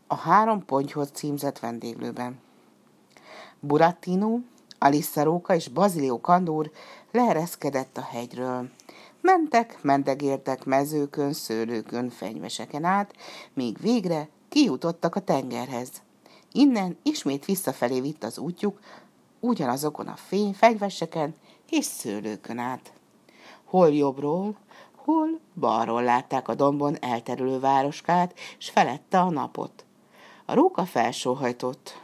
A 3 pontyhoz címzett vendéglőben. Burattino, Alissa Róka és Basilio Kandúr leereszkedett a hegyről. Mentek, mendegértek mezőkön, szőlőkön, fenyveseken át, míg végre kijutottak a tengerhez. Innen ismét visszafelé vitt az útjuk, ugyanazokon a fenyveseken és szőlőkön át. Hol jobbról, hol balról látták a dombon elterülő városkát, s felette a napot. A róka felsóhajtott.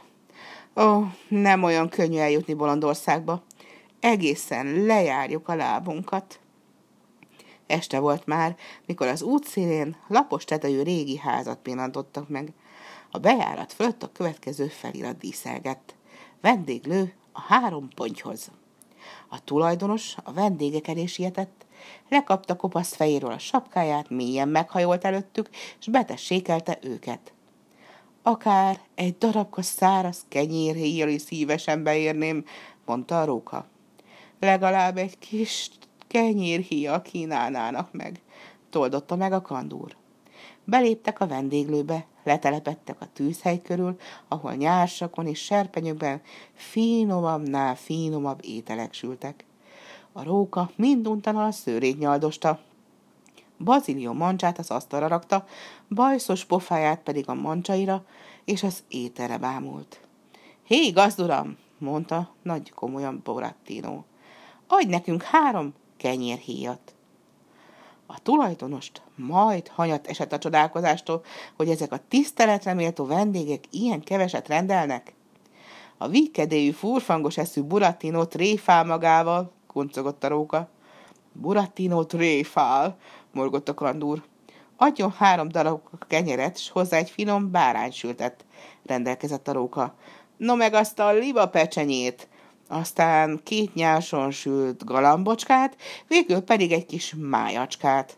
Nem olyan könnyű eljutni Bolondországba. Egészen lejárjuk a lábunkat. Este volt már, mikor az útszélén lapos tetejű régi házat pillantottak meg. A bejárat fölött a következő felirat díszelgett. Vendéglő a 3 pontyhoz. A tulajdonos a vendégek elé sietett, lekapta kopasz fejéről a sapkáját, mélyen meghajolt előttük, s betessékelte őket. Akár egy darabka száraz kenyérhéjjal is szívesen beérném, mondta a róka. Legalább egy kis kenyérhéjjal kínálnának meg, toldotta meg a Kandúr. Beléptek a vendéglőbe, letelepedtek a tűzhely körül, ahol nyársakon és serpenyőkben finomabbnál finomabb ételek sültek. A róka minduntalan a szőrét nyaldosta, Basilio mancsát az asztalra rakta, bajszos pofáját pedig a mancsaira és az ételre bámult. Hé, gazduram, mondta nagy komolyan Burattino, adj nekünk 3 kenyérhéjat. A tulajdonost majd hanyat esett a csodálkozástól, hogy ezek a tiszteletre méltó vendégek ilyen keveset rendelnek. A vígkedélyű, furfangos eszű Burattino tréfál magával, kuncogott a róka. Burattino tréfál, morgott a Kandúr. Adjon 3 darab kenyeret, s hozzá egy finom báránysültet, rendelkezett a róka. No meg azt a libapecsenyét, aztán 2 nyáson sült galambocskát, végül pedig egy kis májacskát.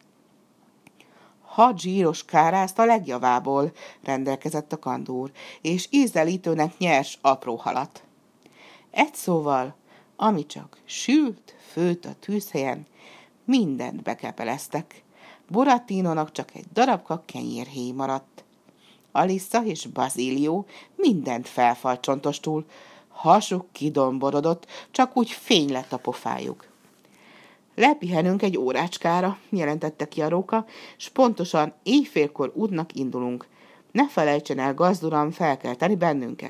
6 zsíros kárászt a legjavából, rendelkezett a Kandúr, és ízelítőnek nyers apró halat. Egy szóval, ami csak sült, főtt a tűzhelyen, mindent bekepeleztek. Burattinónak csak egy darabka kenyérhéj maradt. Alissa és Basilio mindent felfalcsontostul, hasuk kidomborodott, csak úgy fény lett a pofájuk. Lepihenünk egy órácskára, jelentette ki a róka, s pontosan éjfélkor útnak indulunk. Ne felejtsen el, gazduram, felkelteni bennünket.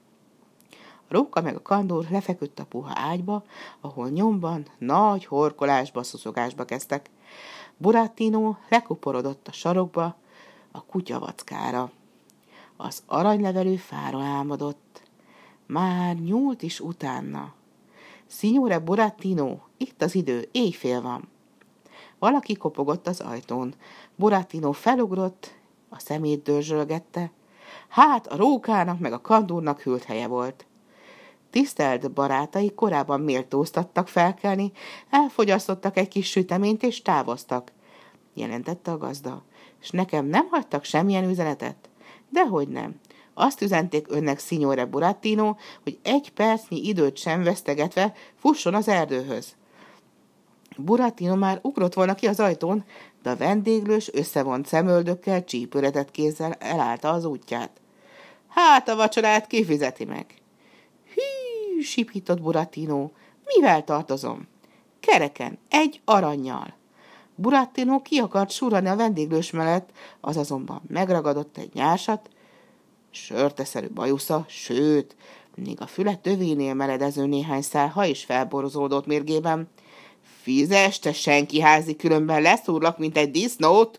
A róka meg a Kandúr lefeküdt a puha ágyba, ahol nyomban nagy horkolásba, szuszogásba kezdtek. Burattino lekuporodott a sarokba, a kutyavackára. Az aranylevelű fára álmodott. Már nyúlt is utána. Signore Burattino, itt az idő, éjfél van. Valaki kopogott az ajtón. Burattino felugrott, a szemét dörzsölgette. Hát a rókának meg a Kandúrnak hűlt helye volt. Tisztelt barátai korábban méltóztattak felkelni, elfogyasztottak egy kis süteményt és távoztak, jelentette a gazda. És nekem nem hagytak semmilyen üzenetet? Dehogy nem. Azt üzenték önnek, Signore Burattino, hogy 1 percnyi időt sem vesztegetve fusson az erdőhöz. Burattino már ugrott volna ki az ajtón, de a vendéglős összevont szemöldökkel, csípőretett kézzel elállta az útját. Hát a vacsorát kifizeti meg. Hű, sipított Burattino, mivel tartozom? Kereken, 1 arannyal. Burattino ki akart surrani a vendéglős mellett, az azonban megragadott egy nyársat, sörteszerű bajusza, sőt, még a füle tövénél meredező néhány szál ha is felborozódott mérgében. Fizes, te senki házi, különben leszúrlak, mint egy disznót.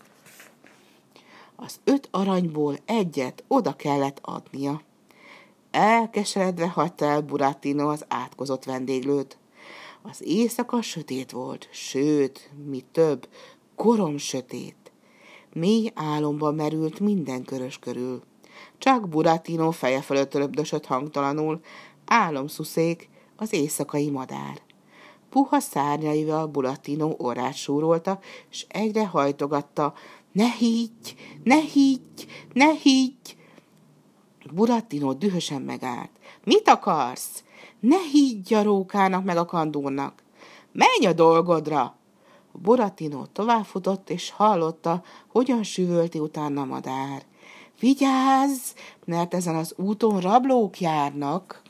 Az 5 aranyból 1 oda kellett adnia. Elkeseredve hagyta el Burattino az átkozott vendéglőt. Az éjszaka sötét volt, sőt, mi több, koromsötét. Mély álomba merült minden körös körül. Csak Burattino feje fölött röbdösött hangtalanul, álomszuszék, az éjszakai madár. Puha szárnyaival Burattino orrát súrolta, s egyre hajtogatta, ne higgy, ne higgy, ne higgy! Burattino dühösen megállt. Mit akarsz? Ne higgy a rókának meg a Kandúrnak. Menj a dolgodra! Burattino továbbfutott, és hallotta, hogyan süvölti utána a madár. Vigyázz, mert ezen az úton rablók járnak.